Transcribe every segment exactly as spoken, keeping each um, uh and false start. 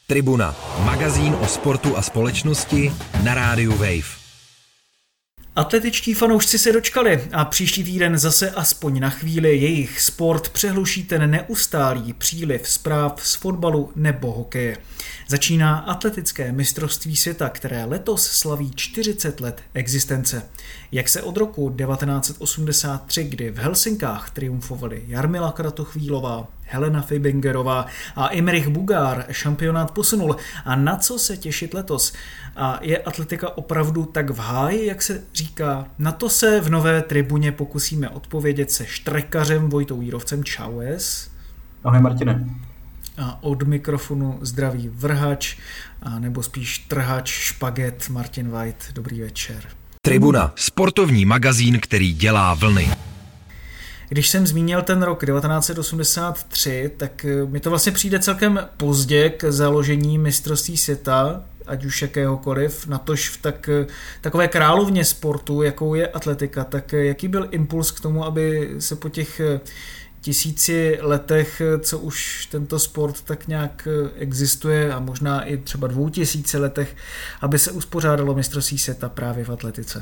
Tribuna, magazín o sportu a společnosti na rádiu Wave. Atletičtí fanoušci se dočkali a příští týden zase aspoň na chvíli jejich sport přehluší ten neustálý příliv zpráv z fotbalu nebo hokeje. Začíná atletické mistrovství světa, které letos slaví čtyřicet let existence. Jak se od roku devatenáct osmdesát tři, kdy v Helsinkách triumfovali Jarmila Kratochvílová, Helena Fibingerová a Imrich Bugár, šampionát posunul a na co se těšit letos? A je atletika opravdu tak v háji, jak se říká? Na to se v nové tribuně pokusíme odpovědět se štrekařem Vojtou Jírovcem. Čaues. Ahoj Martine. A od mikrofonu zdraví vrhač, a nebo spíš trhač, špaget Martin White. Dobrý večer. Tribuna, sportovní magazín, který dělá vlny. Když jsem zmínil ten rok devatenáct osmdesát tři, tak mi to vlastně přijde celkem pozdě k založení mistrovství světa, ať už jakéhokoliv, natož v tak, takové královně sportu, jakou je atletika. Tak jaký byl impuls k tomu, aby se po těch tisíci letech, co už tento sport tak nějak existuje a možná i třeba dvou tisíci letech, aby se uspořádalo mistrovství světa právě v atletice?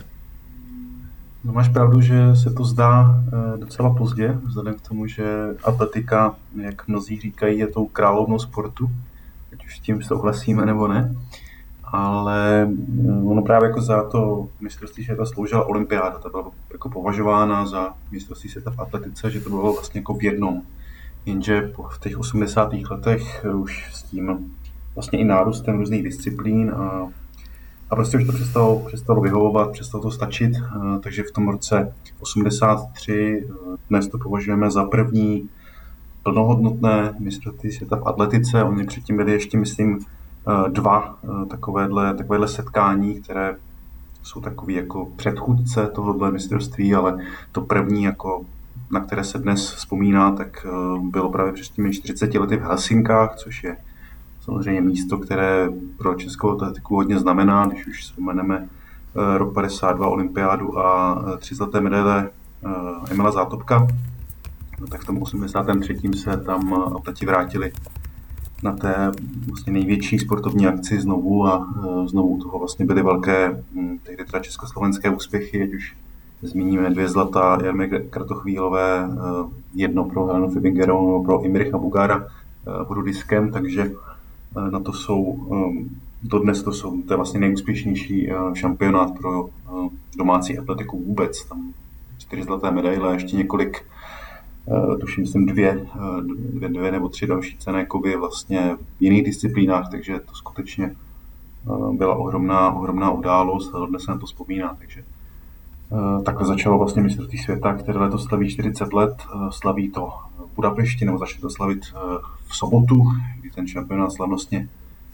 No máš pravdu, že se to zdá docela pozdě, vzhledem k tomu, že atletika, jak mnozí říkají, je tou královnou sportu, ať už s tím souhlasíme nebo ne, ale ono právě jako za to mistrovství světa sloužila olympiáda, ta byla jako považována za mistrovství světa v atletice, že to bylo vlastně jako v jednom, jenže v těch osmdesátých letech už s tím vlastně i nárůstem různých disciplín a A prostě už to přestalo, přestalo vyhovovat, přestalo to stačit, takže v tom roce osmdesát tři dnes to považujeme za první plnohodnotné mistrovství světa v atletice. Oni předtím byli ještě, myslím, dva takovéhle, takovéhle setkání, které jsou takový jako předchůdce tohohle mistrovství, ale to první, jako, na které se dnes vzpomíná, tak bylo právě před těmi čtyřiceti lety v Helsinkách, což je samozřejmě místo, které pro českou atletiku hodně znamená, když už vzpomeneme rok padesát dva olympiádu a tři zlaté medaile Emila Zátopka, no tak v tom osmdesátém třetím se tam atleti vrátili na té vlastně největší sportovní akci znovu a znovu u toho vlastně byly velké tehdy teda československé úspěchy, ať už zmíníme dvě zlata Jarmy Kratochvílové, jedno pro Helenu Fibingerovou, pro Imricha Bugára prudiskem, takže na to jsou, dodnes to jsou, to je vlastně nejúspěšnější šampionát pro domácí atletiku vůbec. Tam čtyři zlaté medaile, ještě několik, tuším, myslím dvě, dvě, dvě nebo tři další cenné kovy vlastně v jiných disciplínách, takže to skutečně byla ohromná, ohromná událost a dodnes se na to vzpomíná. Takže takhle začalo vlastně mistrovství světa, které letos slaví čtyřicet let, slaví to v Budapešti, nebo začne to slavit v sobotu, kdy ten šampionát slavnostně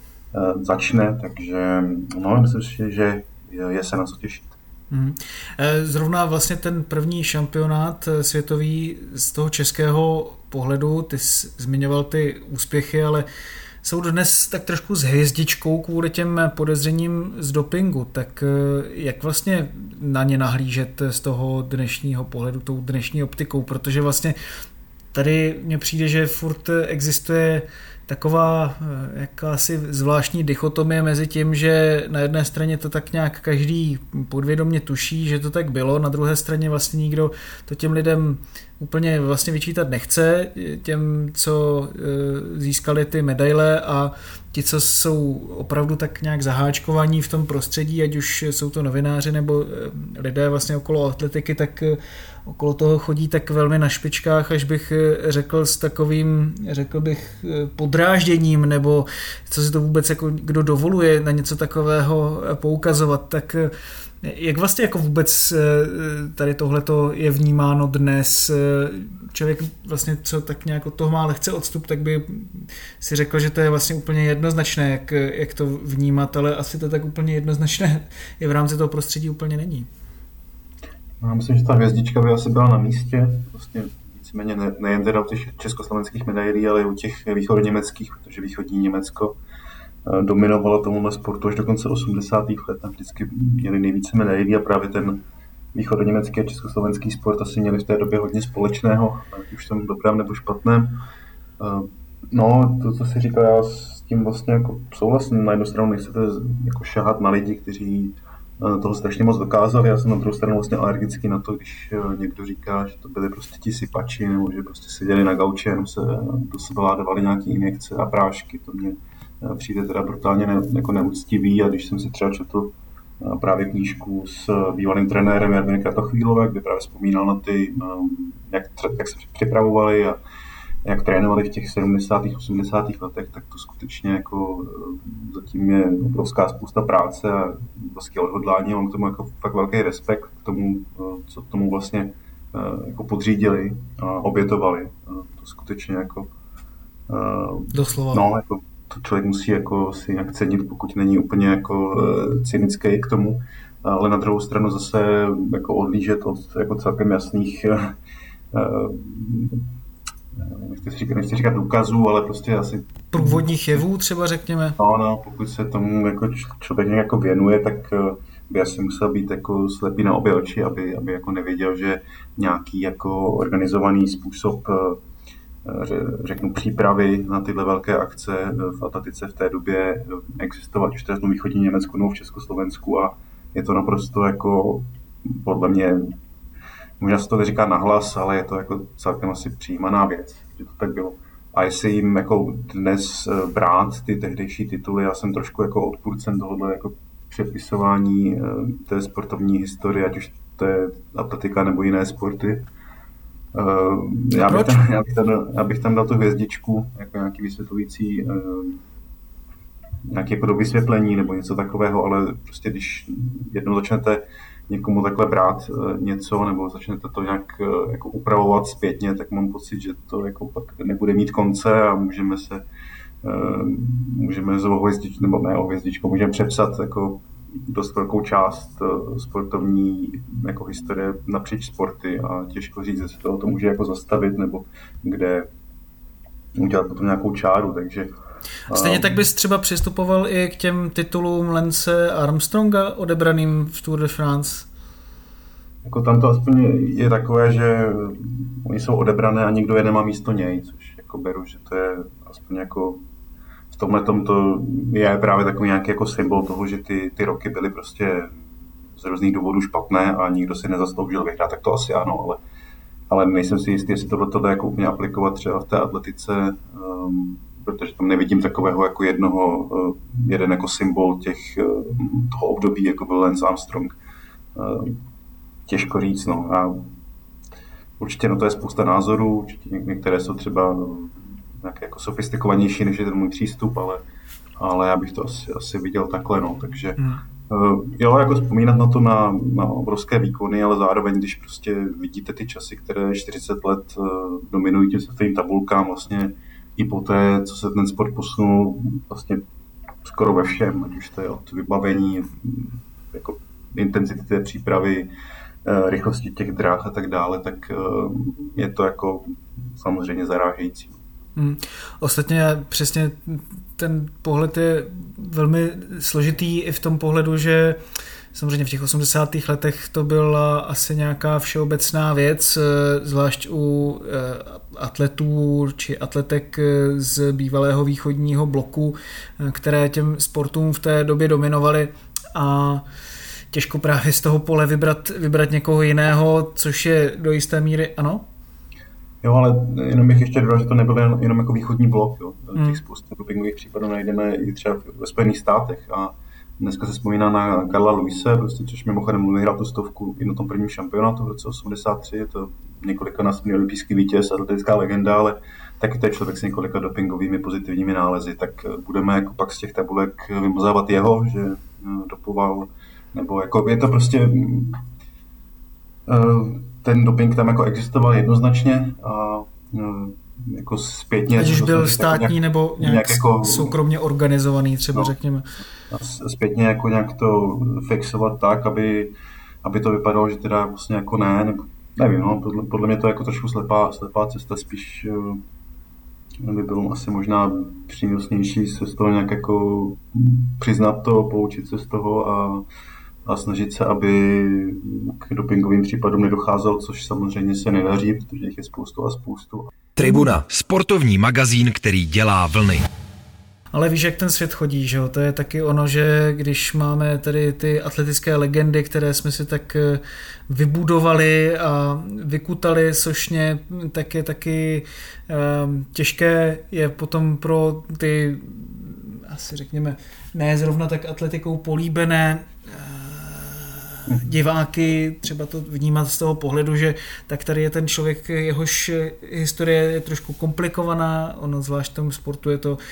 začne, takže no, myslím si, že je se na co těšit. Hmm. Zrovna vlastně ten první šampionát světový z toho českého pohledu, ty jsi zmiňoval ty úspěchy, ale jsou dnes tak trošku s hvězdičkou kvůli těm podezřením z dopingu, tak jak vlastně na ně nahlížet z toho dnešního pohledu, tou dnešní optikou, protože vlastně tady mně přijde, že furt existuje taková jakási zvláštní dichotomie mezi tím, že na jedné straně to tak nějak každý podvědomě tuší, že to tak bylo, na druhé straně vlastně nikdo to těm lidem úplně vlastně vyčítat nechce, těm, co získali ty medaile a ti, co jsou opravdu tak nějak zaháčkovaní v tom prostředí, ať už jsou to novináři nebo lidé vlastně okolo atletiky, tak okolo toho chodí tak velmi na špičkách, až bych řekl s takovým, řekl bych, podrážděním, nebo co si to vůbec jako kdo dovoluje na něco takového poukazovat, tak jak vlastně jako vůbec tady tohleto je vnímáno dnes? Člověk vlastně, co tak nějak od toho má lehce odstup, tak by si řekl, že to je vlastně úplně jednoznačné, jak, jak to vnímat, ale asi to tak úplně jednoznačné i v rámci toho prostředí úplně není. Já myslím, že ta hvězdička by asi byla na místě, vlastně víceméně ne, nejen teda u těch československých medailí, ale i u těch východoněmeckých, protože východní Německo dominovalo tomuhle sportu až do konce osmdesátých let. Tam vždycky měli nejvíce medailí a právě ten východoněmecký a československý sport asi měli v té době hodně společného, ať už tam dobrém nebo špatném. No, to, co jsi říkal, já s tím vlastně jako souhlasím. Na jednu stranu nechcete jako šahat na lidi, kteří toho strašně moc dokázali. Já jsem na druhou stranu vlastně alergický na to, když někdo říká, že to byli prostě ti sypači, nebo že prostě seděli na gauči, jenom se do sebe ládovali nějaké injekce a prášky. To mě přijde teda brutálně ne, jako neúctivý, a když jsem si třeba četl právě knížku s bývalým trenérem Jarminy Kratochvílové, kde právě vzpomínal na ty, jak, jak se připravovali a jak trénovali v těch sedmdesátých osmdesátých letech, tak to skutečně jako zatím je obrovská spousta práce a vlastně odhodlání. Mám k tomu jako fakt velký respekt k tomu, co tomu vlastně jako podřídili a obětovali. To skutečně jako doslova. No, jako to člověk musí jako si nějak cenit, pokud není úplně jako cynický k tomu, ale na druhou stranu zase jako odlížet od jako celkem jasných nechci říkat, nechci říkat důkazů, ale prostě asi průvodních jevů třeba řekněme. No, no, pokud se tomu jako člověk nějak jako věnuje, tak by asi musel být jako slepý na obě oči, aby, aby jako nevěděl, že nějaký jako organizovaný způsob, řeknu, přípravy na tyhle velké akce v atletice v té době existovat už v tom východní Německu nebo v Československu, a je to naprosto jako podle mě, možná se to neříká nahlas, ale je to jako celkem asi přijímaná věc, že to tak bylo. A jestli jim jako dnes brát ty tehdejší tituly, já jsem trošku jako odpůrcem tohohle jako přepisování té sportovní historie, ať už to je atletika nebo jiné sporty. Já bych, tam, já, bych tam, já bych tam dal tu hvězdičku, jako nějaký vysvětlující, nějaké jako vysvětlení nebo něco takového, ale prostě když jednou začnete někomu takhle brát něco nebo začnete to nějak jako upravovat zpětně, tak mám pocit, že to jako pak nebude mít konce a můžeme se můžeme z hvězdičku, nebo ne o hvězdičku, můžeme přepsat jako dost velkou část sportovní jako historie napříč sporty a těžko říct, jestli to, to může jako zastavit nebo kde udělat potom nějakou čáru, takže stejně tak bys třeba přistupoval i k těm titulům Lance Armstronga odebraným v Tour de France? Jako tam to aspoň je takové, že oni jsou odebrané a nikdo je nemá místo něj, což jako beru, že to je aspoň jako v tomhle tom to je právě takový nějaký jako symbol toho, že ty, ty roky byly prostě z různých důvodů špatné a nikdo si nezasloužil vyhrát, tak to asi ano, ale, ale nejsem si jistý, jestli tohle to dá jako úplně aplikovat třeba v té atletice, um, protože tam nevidím takového jako jednoho, uh, jeden jako symbol těch, uh, toho období, jako byl Lance Armstrong. Uh, těžko říct, no. A určitě no to je spousta názorů, určitě některé jsou třeba nějaké jako sofistikovanější, než je ten můj přístup, ale, ale já bych to asi, asi viděl takhle, no, takže hmm. uh, jo, jako vzpomínat na to na, na obrovské výkony, ale zároveň, když prostě vidíte ty časy, které čtyřicet let uh, dominují těm světovým tabulkám, vlastně i poté, co se ten sport posunul vlastně skoro ve všem, ať už to je od vybavení, jako intenzity té přípravy, uh, rychlosti těch dráh a tak dále, tak uh, je to jako samozřejmě zarážející. Hmm. Ostatně přesně ten pohled je velmi složitý i v tom pohledu, že samozřejmě v těch osmdesátých letech to byla asi nějaká všeobecná věc, zvlášť u atletů či atletek z bývalého východního bloku, které těm sportům v té době dominovaly a těžko právě z toho pole vybrat, vybrat někoho jiného, což je do jisté míry, ano? Jo, ale jenom bych ještě dodal, že to nebyl jen, jenom jako východní blok. Jo. Těch hmm. spoustu dopingových případů najdeme i třeba ve Spojených státech a dneska se vzpomíná na Carla Lewise, prostě, což mimochodem vyhrál tu stovku i na tom prvním šampionátu v roce osmdesát tři, je to několikanásobný olympijský vítěz, atletická legenda, ale taky to je člověk s několika dopingovými pozitivními nálezy, tak budeme jako pak z těch tabulek vymazávat jeho, že dopoval, nebo jako je to prostě uh, ten doping tam jako existoval jednoznačně a jako zpětně... Ať už byl státní nějak, nebo nějak, nějak jako, soukromně organizovaný třeba, no, řekněme. Zpětně jako nějak to fixovat tak, aby, aby to vypadalo, že teda vlastně jako ne, nebo nevím, no, podle, podle mě to je jako trošku slepá, slepá cesta, spíš by bylo asi možná přínosnější se z toho nějak jako přiznat to, poučit se z toho a a snažit se, aby k dopingovým případům nedocházelo, což samozřejmě se nedaří, protože jich je spoustu a spoustu. Tribuna, sportovní magazín, který dělá vlny. Ale víš, jak ten svět chodí, že jo? To je taky ono, že když máme tady ty atletické legendy, které jsme si tak vybudovali a vykutali sošně, tak je taky um, těžké je potom pro ty, asi řekněme, ne zrovna tak atletikou políbené diváky třeba to vnímat z toho pohledu, že tak tady je ten člověk, jehož historie je trošku komplikovaná, ono zvlášť v tom sportu je to,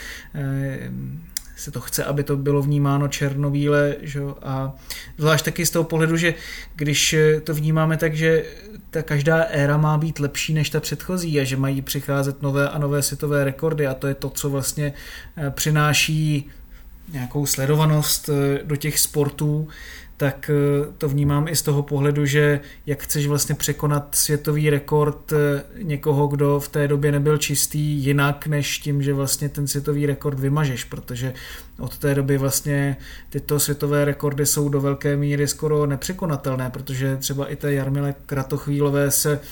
se to chce, aby to bylo vnímáno černobíle, že? A zvlášť taky z toho pohledu, že když to vnímáme tak, že ta každá éra má být lepší než ta předchozí a že mají přicházet nové a nové světové rekordy a to je to, co vlastně přináší nějakou sledovanost do těch sportů, tak to vnímám i z toho pohledu, že jak chceš vlastně překonat světový rekord někoho, kdo v té době nebyl čistý jinak, než tím, že vlastně ten světový rekord vymažeš, protože od té doby vlastně tyto světové rekordy jsou do velké míry skoro nepřekonatelné, protože třeba i té Jarmile Kratochvílové se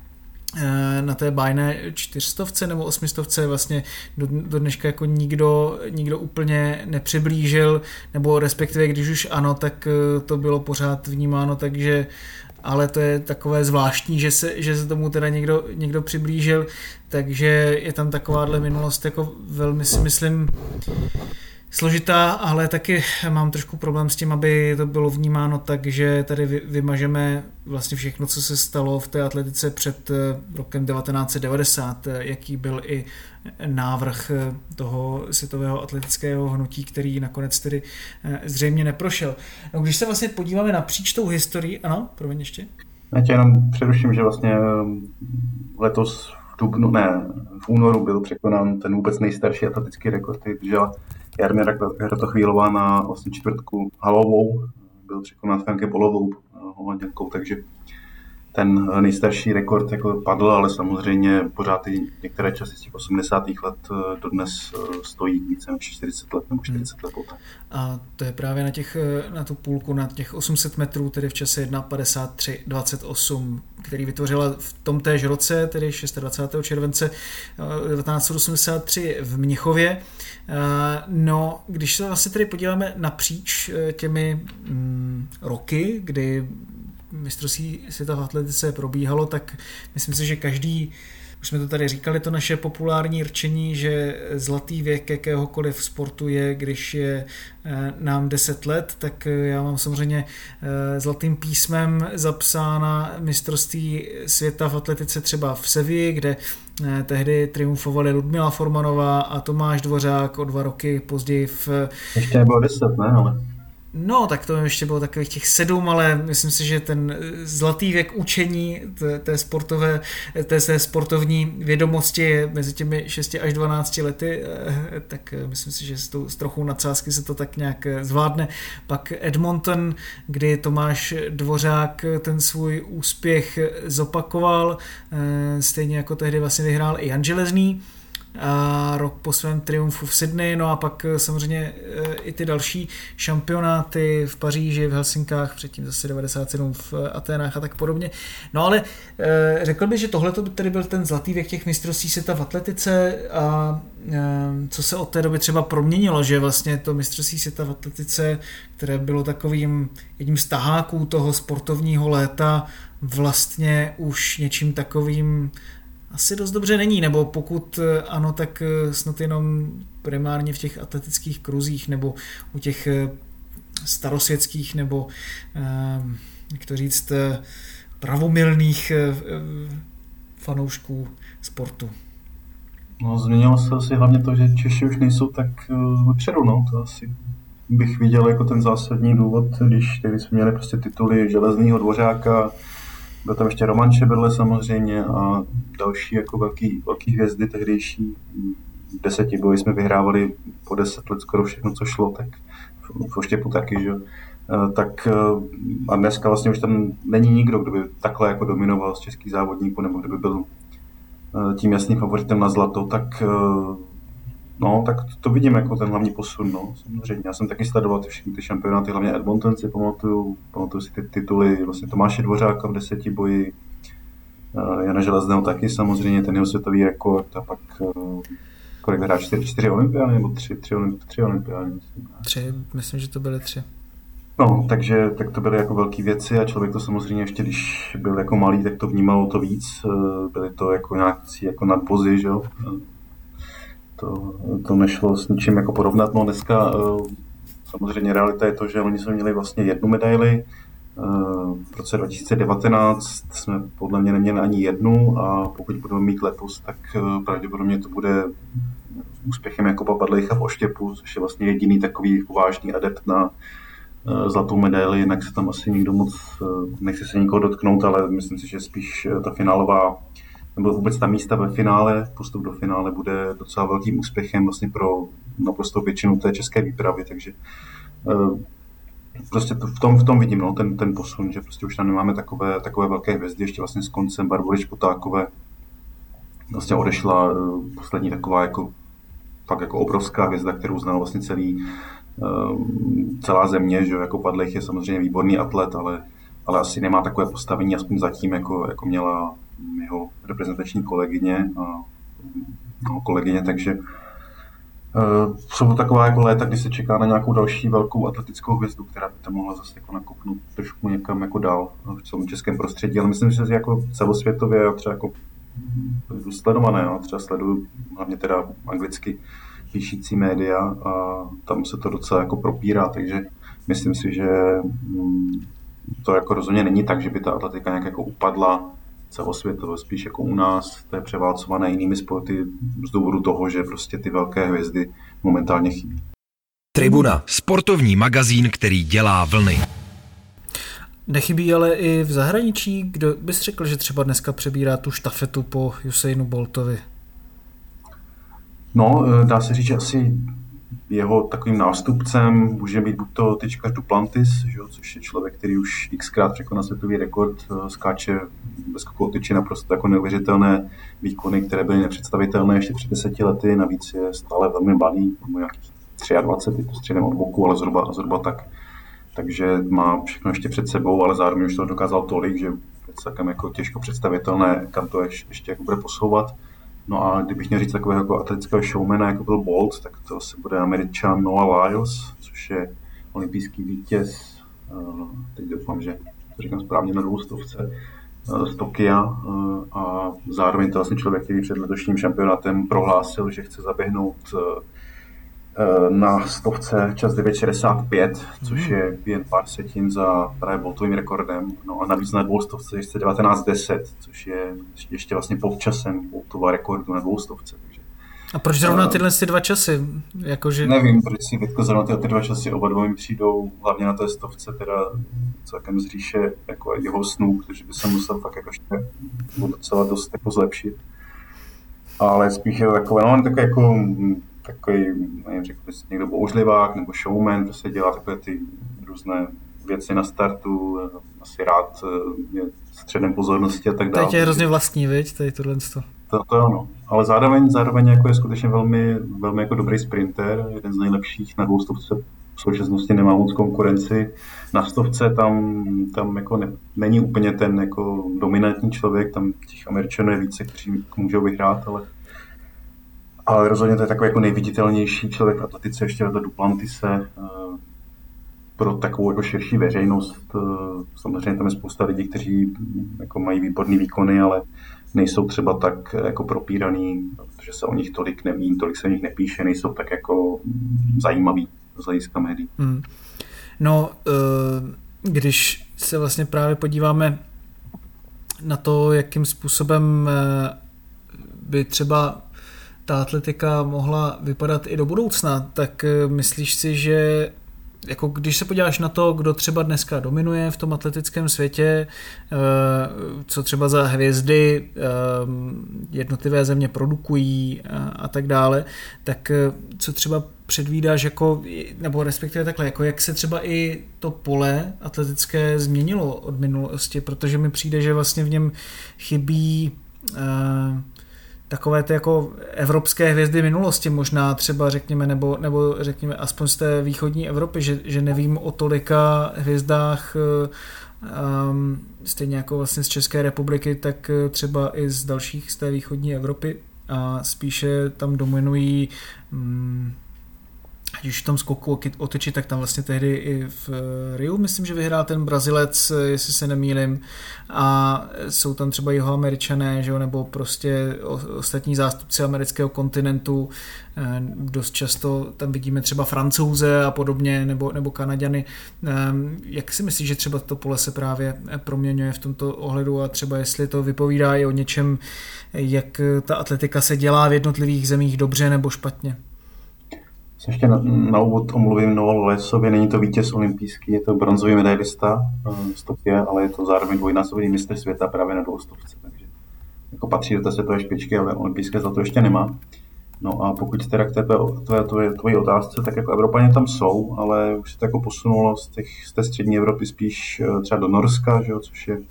na té bájné čtyřstovce nebo osmistovce vlastně do, do dneška jako nikdo, nikdo úplně nepřiblížil, nebo respektive když už ano, tak to bylo pořád vnímáno, takže ale to je takové zvláštní, že se, že se tomu teda někdo, někdo přiblížil, takže je tam takováhle minulost jako velmi si myslím složitá, ale taky mám trošku problém s tím, aby to bylo vnímáno tak, že tady vymažeme vlastně všechno, co se stalo v té atletice před rokem devatenáct set devadesát, jaký byl i návrh toho světového atletického hnutí, který nakonec tedy zřejmě neprošel. No, když se vlastně podíváme napříč tou historií, ano, promiň ještě. Já tě jenom přeruším, že vlastně letos v dubnu, ne, v únoru byl překonán ten vůbec nejstarší atletický rekord, který držela Jarmila Kratochvílová na vlastně čtvrtku halovou, byl překonán Frankem Bolovou holanděnkou, takže ten nejstarší rekord jako padl, ale samozřejmě pořád i některé časy z těch osmdesátých let dodnes stojí více než čtyřicet let nebo čtyřicet let poté. A to je právě na, těch, na tu půlku, na těch osm set metrů, tedy v čase jedna padesát tři dvacet osm, který vytvořila v tom též roce, tedy dvacátého šestého července devatenáct set osmdesát tři v Mnichově. No, když se vlastně tedy podíváme napříč těmi mm, roky, kdy mistrovství světa v atletice probíhalo, tak myslím si, že každý, už jsme to tady říkali, to naše populární rčení, že zlatý věk jakéhokoliv sportu je, když je nám deset let, tak já mám samozřejmě zlatým písmem zapsána mistrovství světa v atletice třeba v Sevilli, kde tehdy triumfovali Ludmila Formanová a Tomáš Dvořák o dva roky později v... Ještě nebylo deset, ne? Ale... No, tak to ještě bylo takových těch sedm, ale myslím si, že ten zlatý věk učení té, té sportové, té, té sportovní vědomosti je mezi těmi šesti až dvanácti lety, tak myslím si, že s, tou, s trochou nadsázky se to tak nějak zvládne. Pak Edmonton, kdy Tomáš Dvořák ten svůj úspěch zopakoval, stejně jako tehdy vlastně vyhrál i Jan Železný, a rok po svém triumfu v Sydney, no a pak samozřejmě i ty další šampionáty v Paříži, v Helsinkách, předtím zase devadesát sedm v Aténách a tak podobně. No ale řekl bych, že tohle by tedy byl ten zlatý věk těch mistrovství světa v atletice a co se od té doby třeba proměnilo, že vlastně to mistrovství světa v atletice, které bylo takovým jedním z taháků toho sportovního léta, vlastně už něčím takovým asi dost dobře není, nebo pokud ano, tak snad jenom primárně v těch atletických kruzích nebo u těch starosvětských nebo jak to říct pravomilných fanoušků sportu. No, změnilo se asi hlavně to, že Češi už nejsou tak vepředu, no, to asi bych viděl jako ten zásadní důvod, když tehdy jsme měli prostě tituly Železného Dvořáka, byl tam ještě Roman Šeberle samozřejmě a další jako velký, velký hvězdy tehdejší. V deseti boji jsme vyhrávali po deset let skoro všechno, co šlo, tak v oštěpu taky, že? Tak a dneska vlastně už tam není nikdo, kdo by takhle jako dominoval z českých závodníků, nebo kdo by byl tím jasným favoritem na zlato, tak no, tak to vidím jako ten hlavní posun, no, samozřejmě. Já jsem taky sledoval ty všechny ty šampionáty, hlavně Edmonton si pamatuju, pamatuju si ty tituly vlastně Tomáše Dvořáka v deseti boji, Jana Železného taky samozřejmě, ten jeho světový rekord a pak kolik vyhrál, čtyři, čtyři olympiády, nebo tři, tři, tři, tři olympiády, myslím. Tři, myslím, že to byly tři. No, takže tak to byly jako velké věci a člověk to samozřejmě ještě, když byl jako malý, tak to vnímalo to víc. Byly to jako nějaký jako nadvozy, že jo. To, to nešlo s ničím jako porovnat. No dneska samozřejmě realita je to, že oni jsme měli vlastně jednu medaili. V roce dva tisíce devatenáct jsme podle mě neměli ani jednu a pokud budeme mít letos, tak pravděpodobně to bude úspěchem Jakuba Badlejcha v oštěpu, což je vlastně jediný takový vážný adept na zlatou medaili, jinak se tam asi nikdo moc, nechce se nikoho dotknout, ale myslím si, že spíš ta finálová, nebo vůbec ta místa ve finále, postup do finále bude docela velkým úspěchem vlastně pro naprosto většinu té české výpravy, takže prostě to v tom, v tom vidím no, ten, ten posun, že prostě už tam nemáme takové, takové velké hvězdy, ještě vlastně s koncem Barbory Špotákové vlastně odešla poslední taková jako fakt jako obrovská hvězda, kterou znal vlastně celý celá země, že jako Badlejch je samozřejmě výborný atlet, ale, ale asi nemá takové postavení, aspoň zatím, jako, jako měla jeho reprezentační kolegyně a no, kolegyně, takže uh, jsou to taková jako léta, kdy se čeká na nějakou další velkou atletickou hvězdu, která by tam mohla zase jako nakopnout trošku někam jako dál v tom českém prostředí, ale myslím, že jako celosvětově třeba jako sledované, no, třeba sleduju hlavně teda anglicky píšící média a tam se to docela jako propírá, takže myslím si, že to jako rozhodně není tak, že by ta atletika nějak jako upadla celosvětově, spíš jako u nás, to je převálcované jinými sporty z důvodu toho, že prostě ty velké hvězdy momentálně chybí. Tribuna, sportovní magazín, který dělá vlny. Nechybí ale i v zahraničí, kdo bys řekl, že třeba dneska přebírá tu štafetu po Usainu Boltovi? No, dá se říct, že asi jeho takovým nástupcem může být buď to tyčkař Duplantis, že, což je člověk, který už xkrát překonal světový rekord, skáče bez skoku tyči naprosto jako neuvěřitelné výkony, které byly nepředstavitelné ještě před deseti lety, navíc je stále velmi mladý, nějakých dvacet tři, je to středem od boku, ale zhruba, zhruba tak. Takže má všechno ještě před sebou, ale zároveň už to dokázal tolik, že je celkem jako těžko představitelné, kam to ještě jako bude posouvat. No a kdybych měl říct takového jako atletického showmana, jako byl Bolt, tak to se bude Američan Noah Lyles, což je olympijský vítěz, teď doufám, že to říkám správně, na dvoustovce z Tokia a zároveň to vlastně člověk, který před letošním šampionátem prohlásil, že chce zaběhnout na stovce čas devět šedesát pět, což je jen pár setin za právě Boltovým rekordem. No a navíc na dvoustovce ještě devatenáct deset, což je ještě vlastně pod časem Boltova rekordu na dvoustovce. Takže, a proč zrovna tyhle ty dva časy? Jakože... Nevím, proč si Vítko zrovna ty, ty dva časy, oba dva mi přijdou hlavně na té stovce, teda celkem z říše jako jeho snů, protože by se musel fakt jako ještě docela dost jako zlepšit. Ale spíš je takové, no takový jako takový, nevím, řekl bys někdo bouřlivák nebo showman, prostě dělá takové ty různé věci na startu, asi rád je středem pozornosti a tak dále. Teď je hrozně vlastní, viď, tady tohle. To, to ano, ale zároveň, zároveň jako je skutečně velmi, velmi jako dobrý sprinter, jeden z nejlepších na dvoustovce v současnosti nemá moc konkurenci. Na stovce tam, tam jako ne, není úplně ten jako dominantní člověk, tam těch Američanů je více, kteří můžou vyhrát, ale Ale rozhodně to je takový jako nejviditelnější člověk v atletice, ještě do Duplantise, pro takovou jako širší veřejnost. Samozřejmě tam je spousta lidí, kteří jako mají výborné výkony, ale nejsou třeba tak jako propíraný, protože se o nich tolik neví, tolik se o nich nepíše, nejsou tak jako zajímaví z hlediska médií. Hmm. No, když se vlastně právě podíváme na to, jakým způsobem by třeba ta atletika mohla vypadat i do budoucna, tak myslíš si, že jako když se podíváš na to, kdo třeba dneska dominuje v tom atletickém světě, co třeba za hvězdy jednotlivé země produkují a tak dále, tak co třeba předvídáš, jako, nebo respektive takhle, jako jak se třeba i to pole atletické změnilo od minulosti, protože mi přijde, že vlastně v něm chybí takové ty jako evropské hvězdy minulosti možná třeba řekněme, nebo, nebo řekněme aspoň z té východní Evropy, že, že nevím o tolika hvězdách um, stejně jako vlastně z České republiky, tak třeba i z dalších z té východní Evropy a spíše tam dominují mm, ať už v tom skoku o tyči, tak tam vlastně tehdy i v Riu, myslím, že vyhrál ten Brazilec, jestli se nemýlim, a jsou tam třeba Jihoameričané, že jo, nebo prostě ostatní zástupci amerického kontinentu, dost často tam vidíme třeba Francouze a podobně, nebo, nebo Kanaďany. Jak si myslíš, že třeba to pole se právě proměňuje v tomto ohledu a třeba jestli to vypovídá i o něčem, jak ta atletika se dělá v jednotlivých zemích dobře nebo špatně? Se ještě na, na úvod omluvím Noah Lowesovi, není to vítěz olympijský, je to bronzový medailista v Tokiu, ale je to zároveň dvojnásobný mistr světa právě na dvoustovce, takže jako patří do té světové špičky, ale olympijské zlato ještě nemá. No a pokud teda k té tvoje, tvoje, tvoje otázce, tak jako Evropané tam jsou, ale už se to jako posunulo z, těch, z té střední Evropy spíš třeba do Norska, že jo, což je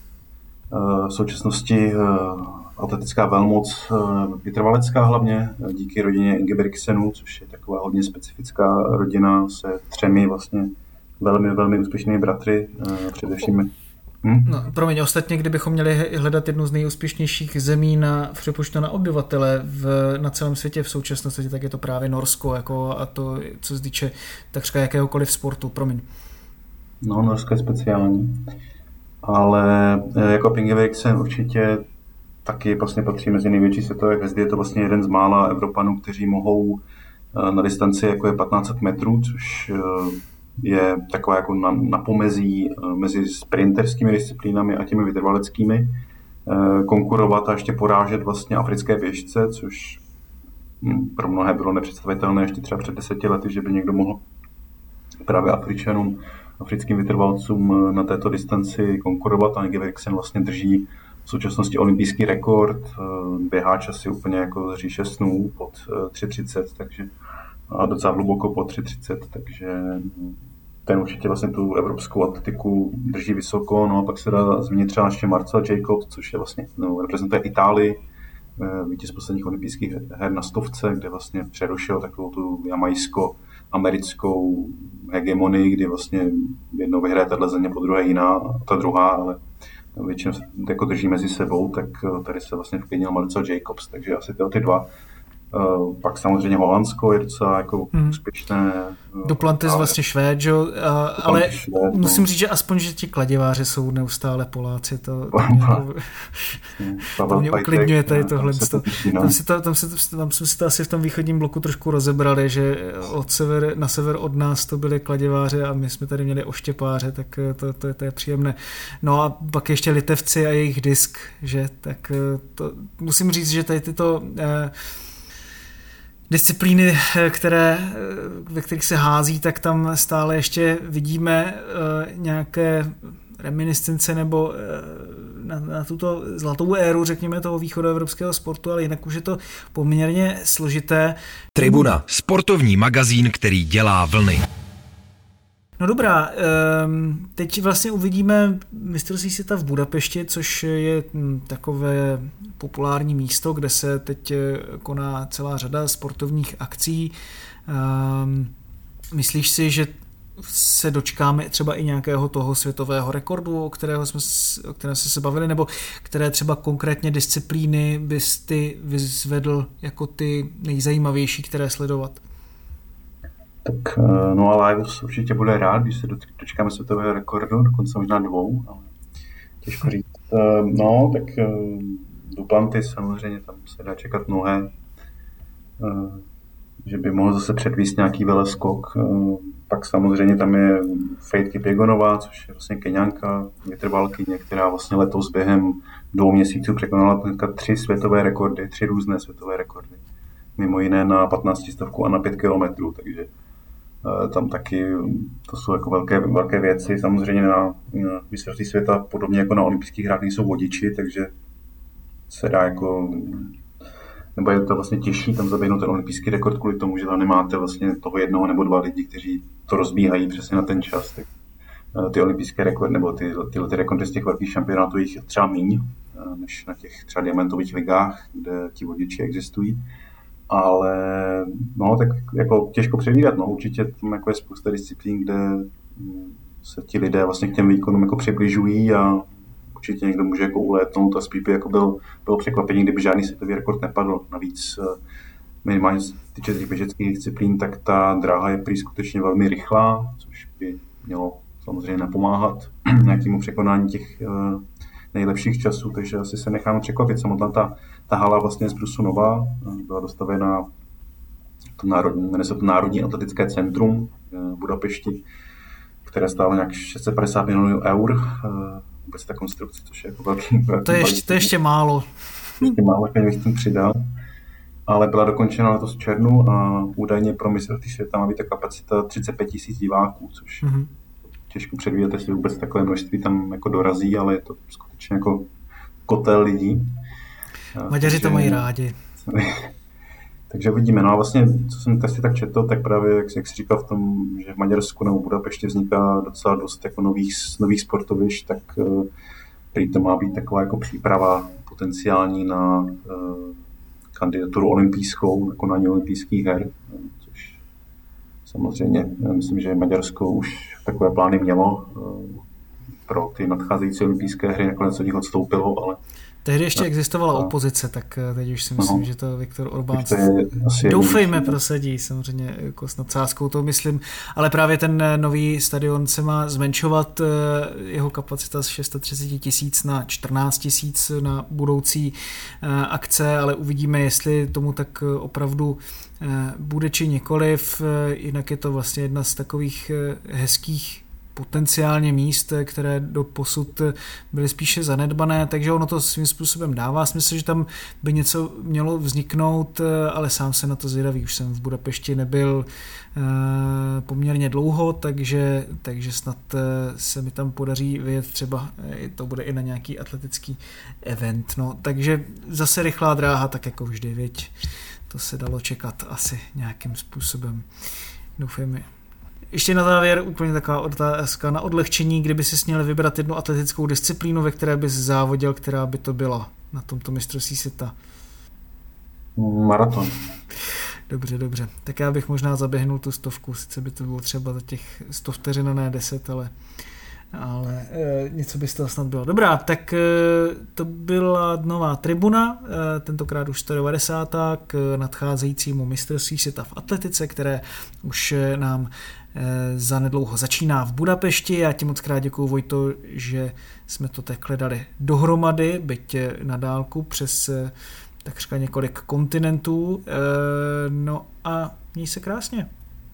uh, v současnosti uh, atletická velmoc, vytrvalecká hlavně, díky rodině Ingebrigtsenů, což je taková hodně specifická rodina se třemi vlastně velmi, velmi úspěšnými bratry, především. Hm? No, promiň, ostatně, kdybychom měli hledat jednu z nejúspěšnějších zemí na v přepočtu na obyvatele v, na celém světě v současnosti, tak je to právě Norsko, jako, a to, co se týče takřka jakéhokoliv sportu, promiň. No, Norsko je speciální, ale jako Ingebrigtsen určitě taky vlastně patří mezi největší světové hvězdy. Je to vlastně jeden z mála Evropanů, kteří mohou na distanci, jako je patnáct set metrů, což je taková jako na, na pomezí mezi sprinterskými disciplínami a těmi vytrvaleckými, konkurovat a ještě porážet vlastně africké běžce, což pro mnohé bylo nepředstavitelné ještě třeba před deseti lety, že by někdo mohl právě Afričanům, africkým vytrvalcům na této distanci konkurovat, a Ingebrigtsen vlastně drží v současnosti olympijský rekord, běhá časy úplně jako z říše snů pod tři třicet, takže a docela hluboko pod tři třicet, takže ten určitě vlastně tu evropskou atletiku drží vysoko. No a pak se dá zmínit třeba ještě Marcel Jacobs, což je vlastně, no, reprezentuje Itálii, vítěz posledních olympijských her na stovce, kde vlastně přerušil takovou tu jamajsko-americkou hegemonii, kdy vlastně jednou vyhraje tato země, po druhé jiná, ta druhá, ale většinou se jako drží mezi sebou, tak tady se vlastně vklínil Marcel Jacobs, takže asi tyhle ty dva. Uh, pak samozřejmě Holandsko je docela jako hmm. úspěšné. Duplantis vlastně Švéd, jo, uh, ale švéd, musím no. říct, že aspoň, že ti kladiváři jsou neustále Poláci, to, to mě, jako, to mě uklidňuje tady tohle. Tam, tam, si to, tam, si to, tam jsme si to asi v tom východním bloku trošku rozebrali, že od sever, na sever od nás to byli kladiváři a my jsme tady měli oštěpáře, tak to, to, to je příjemné. No a pak ještě Litevci a jejich disk, že tak to, musím říct, že tady tyto eh, disciplíny, které, ve kterých se hází, tak tam stále ještě vidíme uh, nějaké reminiscence nebo uh, na, na tuto zlatou éru, řekněme, toho východoevropského sportu, ale jinak už je to poměrně složité. Tribuna, sportovní magazín, který dělá vlny. No dobrá, teď vlastně uvidíme mistrovství světa v Budapešti, což je takové populární místo, kde se teď koná celá řada sportovních akcí. Myslíš si, že se dočkáme třeba i nějakého toho světového rekordu, o kterého jsme, o kterém jsme se bavili, nebo které třeba konkrétně disciplíny bys ty vyzvedl jako ty nejzajímavější, které sledovat? Tak no a Laivos určitě bude rád, když se dočkáme světového rekordu, dokonce možná dvou, ale těžko říct. No, tak Duplantis samozřejmě, tam se dá čekat mnohé, že by mohl zase předvíst nějaký veleskok. Pak samozřejmě tam je Faith Kipyegonová, což je vlastně Keňanka, vytrvalkyně, která vlastně letos během dvou měsíců překonala tři světové rekordy, tři různé světové rekordy. Mimo jiné na patnáctistovku a na pět kilometrů, takže tam taky to jsou jako velké, velké věci. Samozřejmě na, na mistrovství světa, podobně jako na olympijských hrách, nejsou vodiči, takže se dá jako, nebo je to vlastně těžší tam zaběhnout ten olympijský rekord kvůli tomu, že tam nemáte vlastně toho jednoho nebo dva lidi, kteří to rozbíhají přesně na ten čas. Tak ty olympijské rekordy, nebo ty, ty, ty rekordy z těch velkých šampionátů jich třeba míň, než na těch třeba diamantových ligách, kde ti vodiči existují. Ale no, tak jako těžko předvídat, no, určitě tam jako je spousta disciplín, kde se ti lidé vlastně k těm výkonům jako přibližují a určitě někdo může jako ulétnout a spíš by jako byl, bylo překvapení, kdyby žádný světový rekord nepadl. Navíc minimálně z týče těch běžeckých disciplín, tak ta dráha je prý skutečně velmi rychlá, což by mělo samozřejmě napomáhat nějakému překonání těch uh, nejlepších časů, takže asi se necháme překvapit. Samotná ta, ta hala vlastně z brusu nová, byla dostavěna to národní, jmenuje se to Národní atletické centrum v Budapešti, které stálo nějak šest set padesát milionů eur, uh, vůbec ta konstrukce, což je jako velký... velký to, je ještě, to je ještě málo. Ještě málo, jak bych tím přidal. Ale byla dokončena letos v červnu a údajně pro mistrovství světa má být ta kapacita třicet pět tisíc diváků, což mm-hmm. těžko předvídat, jestli vůbec takové množství tam jako dorazí, ale je to skutečně jako kotel lidí. Maďaři takže, to mají rádi. Takže uvidíme. No a vlastně, co jsem testy tak četl, tak právě, jak, jak jsi říkal v tom, že v Maďarsku nebo v Budapešti vzniká docela dost jako nových, nových sportovišť, tak prý to má být taková jako příprava potenciální na kandidaturu olympijskou, konání olympijských her, což samozřejmě, myslím, že Maďarsko už takové plány mělo pro ty nadcházející olympijské hry, nakonec od nich odstoupilo, ale... Tehdy ještě existovala a... opozice, tak teď už si myslím, no, že to Viktor Orbán je, doufejme prosadí, samozřejmě jako s nadsázkou to myslím, ale právě ten nový stadion se má zmenšovat, jeho kapacita z šest set třicet tisíc na čtrnáct tisíc na budoucí akce, ale uvidíme, jestli tomu tak opravdu bude či nikoliv, jinak je to vlastně jedna z takových hezkých potenciálně míst, které do posud byly spíše zanedbané, takže ono to svým způsobem dává smysl, že tam by něco mělo vzniknout, ale sám se na to zvědavý. Už jsem v Budapešti nebyl poměrně dlouho, takže, takže snad se mi tam podaří vyjet třeba, to bude i na nějaký atletický event. No, takže zase rychlá dráha, tak jako vždy, věď, to se dalo čekat asi nějakým způsobem. Doufejme. Ještě na závěr úplně taková otázka na odlehčení, kdyby si měl vybrat jednu atletickou disciplínu, ve které bys závodil, která by to byla na tomto mistrovství světa? Maraton. Dobře, dobře. Tak já bych možná zaběhnul tu stovku, sice by to bylo třeba za těch sto vteřin, ne deset, ale, ale e, něco by z toho snad bylo. Dobrá, tak e, to byla nová tribuna, e, tentokrát už sto devadesát k nadcházejícímu mistrovství světa v atletice, které už nám zanedlouho začíná v Budapešti. Já ti moc krát děkuju, Vojto, že jsme to takhle dali dohromady, byť na dálku přes takřka několik kontinentů. No a měj se krásně.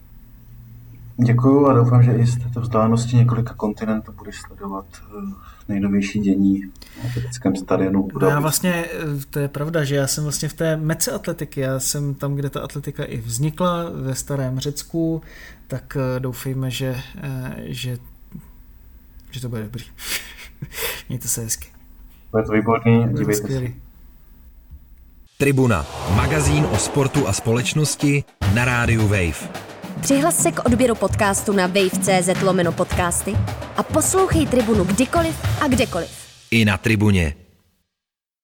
Děkuju a doufám, že i z této vzdálenosti několika kontinentů budeš sledovat nejnovější dění na atletickém stadionu. No já vlastně, to je pravda, že já jsem vlastně v té mece atletiky, já jsem tam, kde ta atletika i vznikla, ve starém Řecku, tak doufejme, že, že, že to bude dobrý. Mějte se hezky. Bude to výborný, dívejte se. Tribuna, magazín o sportu a společnosti na rádiu Wave. Přihlas se k odběru podcastu na wave tečka cz lomeno podcasty a poslouchej Tribunu kdykoliv a kdekoliv. I na Tribuně.